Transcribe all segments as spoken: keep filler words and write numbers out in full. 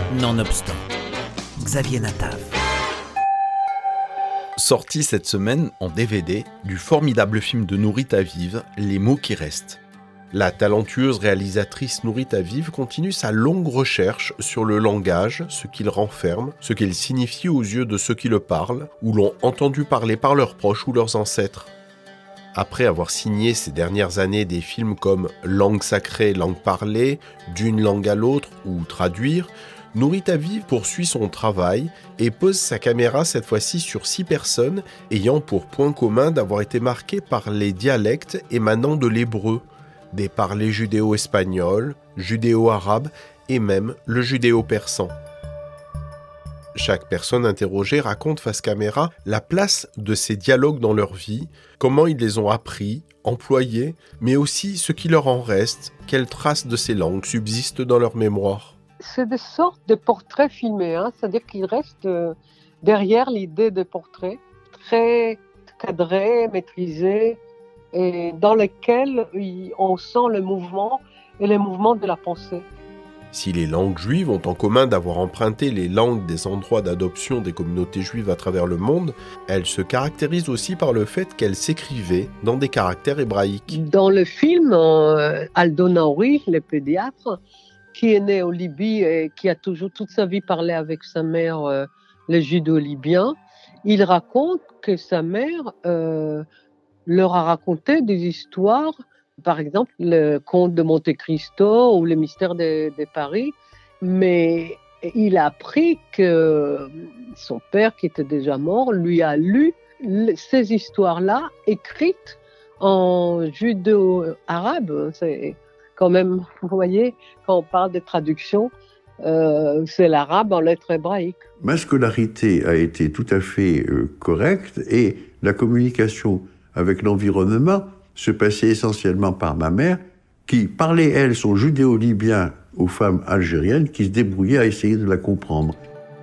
Nonobstant, Xavier Natav. Sorti cette semaine en D V D du formidable film de Nourit Aviv, Les mots qui restent. La talentueuse réalisatrice Nourit Aviv continue sa longue recherche sur le langage, ce qu'il renferme, ce qu'il signifie aux yeux de ceux qui le parlent, ou l'ont entendu parler par leurs proches ou leurs ancêtres. Après avoir signé ces dernières années des films comme Langue sacrée, langue parlée, D'une langue à l'autre ou Traduire, Nourit Aviv poursuit son travail et pose sa caméra cette fois-ci sur six personnes ayant pour point commun d'avoir été marquées par les dialectes émanant de l'hébreu, des parlers judéo-espagnols, judéo-arabes et même le judéo-persan. Chaque personne interrogée raconte face caméra la place de ces dialogues dans leur vie, comment ils les ont appris, employés, mais aussi ce qui leur en reste, quelles traces de ces langues subsistent dans leur mémoire. C'est des sortes de portraits filmés, hein, c'est-à-dire qu'ils restent euh, derrière l'idée de portrait, très cadré, maîtrisé, et dans lesquels on sent le mouvement et les mouvements de la pensée. Si les langues juives ont en commun d'avoir emprunté les langues des endroits d'adoption des communautés juives à travers le monde, elles se caractérisent aussi par le fait qu'elles s'écrivaient dans des caractères hébraïques. Dans le film, euh, Aldo Naouri, le pédiatre, qui est né au Libye et qui a toujours toute sa vie parlé avec sa mère, euh, le judéo-libyen, il raconte que sa mère euh, leur a raconté des histoires, par exemple le conte de Monte Cristo ou le mystère de, de Paris, mais il a appris que son père, qui était déjà mort, lui a lu ces histoires-là écrites en judéo-arabe. C'est quand même, vous voyez, quand on parle de traduction, euh, c'est l'arabe en lettres hébraïques. Ma scolarité a été tout à fait euh, correcte et la communication avec l'environnement se passait essentiellement par ma mère, qui parlait, elle, son judéo-libyen aux femmes algériennes qui se débrouillaient à essayer de la comprendre.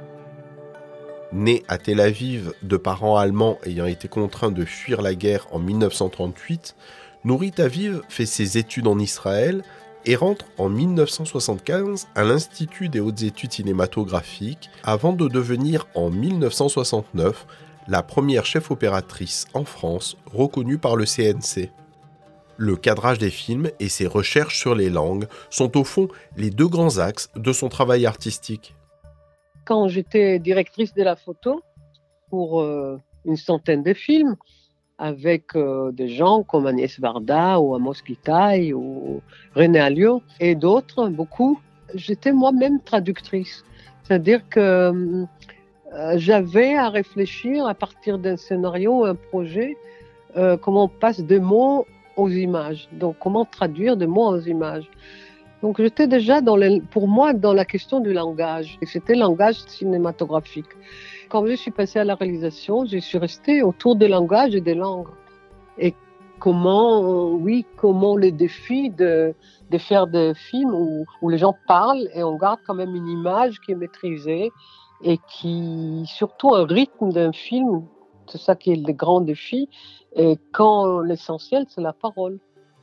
Née à Tel Aviv de parents allemands ayant été contraints de fuir la guerre en dix-neuf cent trente-huit, Nourit Aviv fait ses études en Israël et rentre en dix-neuf cent soixante-quinze à l'Institut des hautes études cinématographiques avant de devenir en dix-neuf cent soixante-neuf la première chef opératrice en France reconnue par le C N C. Le cadrage des films et ses recherches sur les langues sont au fond les deux grands axes de son travail artistique. Quand j'étais directrice de la photo pour euh, une centaine de films, avec euh, des gens comme Agnès Varda ou Amos Gitaï ou René Alliot et d'autres, beaucoup, j'étais moi-même traductrice. C'est-à-dire que euh, j'avais à réfléchir à partir d'un scénario, un projet, euh, comment on passe des mots aux images. Donc, comment traduire des mots aux images. Donc, j'étais déjà, dans les, pour moi, dans la question du langage. Et c'était le langage cinématographique. Quand je suis passée à la réalisation, je suis restée autour des langages et des langues. Et comment, oui, comment le défi de, de faire des films où, où les gens parlent et on garde quand même une image qui est maîtrisée et qui, surtout un rythme d'un film, c'est ça qui est le grand défi, et quand l'essentiel, c'est la parole.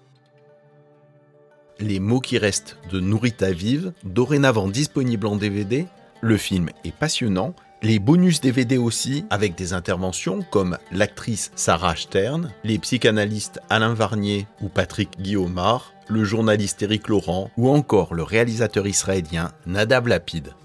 Les mots qui restent de Nourit Aviv, dorénavant disponible en D V D. Le film est passionnant, les bonus D V D aussi, avec des interventions comme l'actrice Sarah Stern, les psychanalystes Alain Varnier ou Patrick Guillaumard, le journaliste Éric Laurent ou encore le réalisateur israélien Nadav Lapid.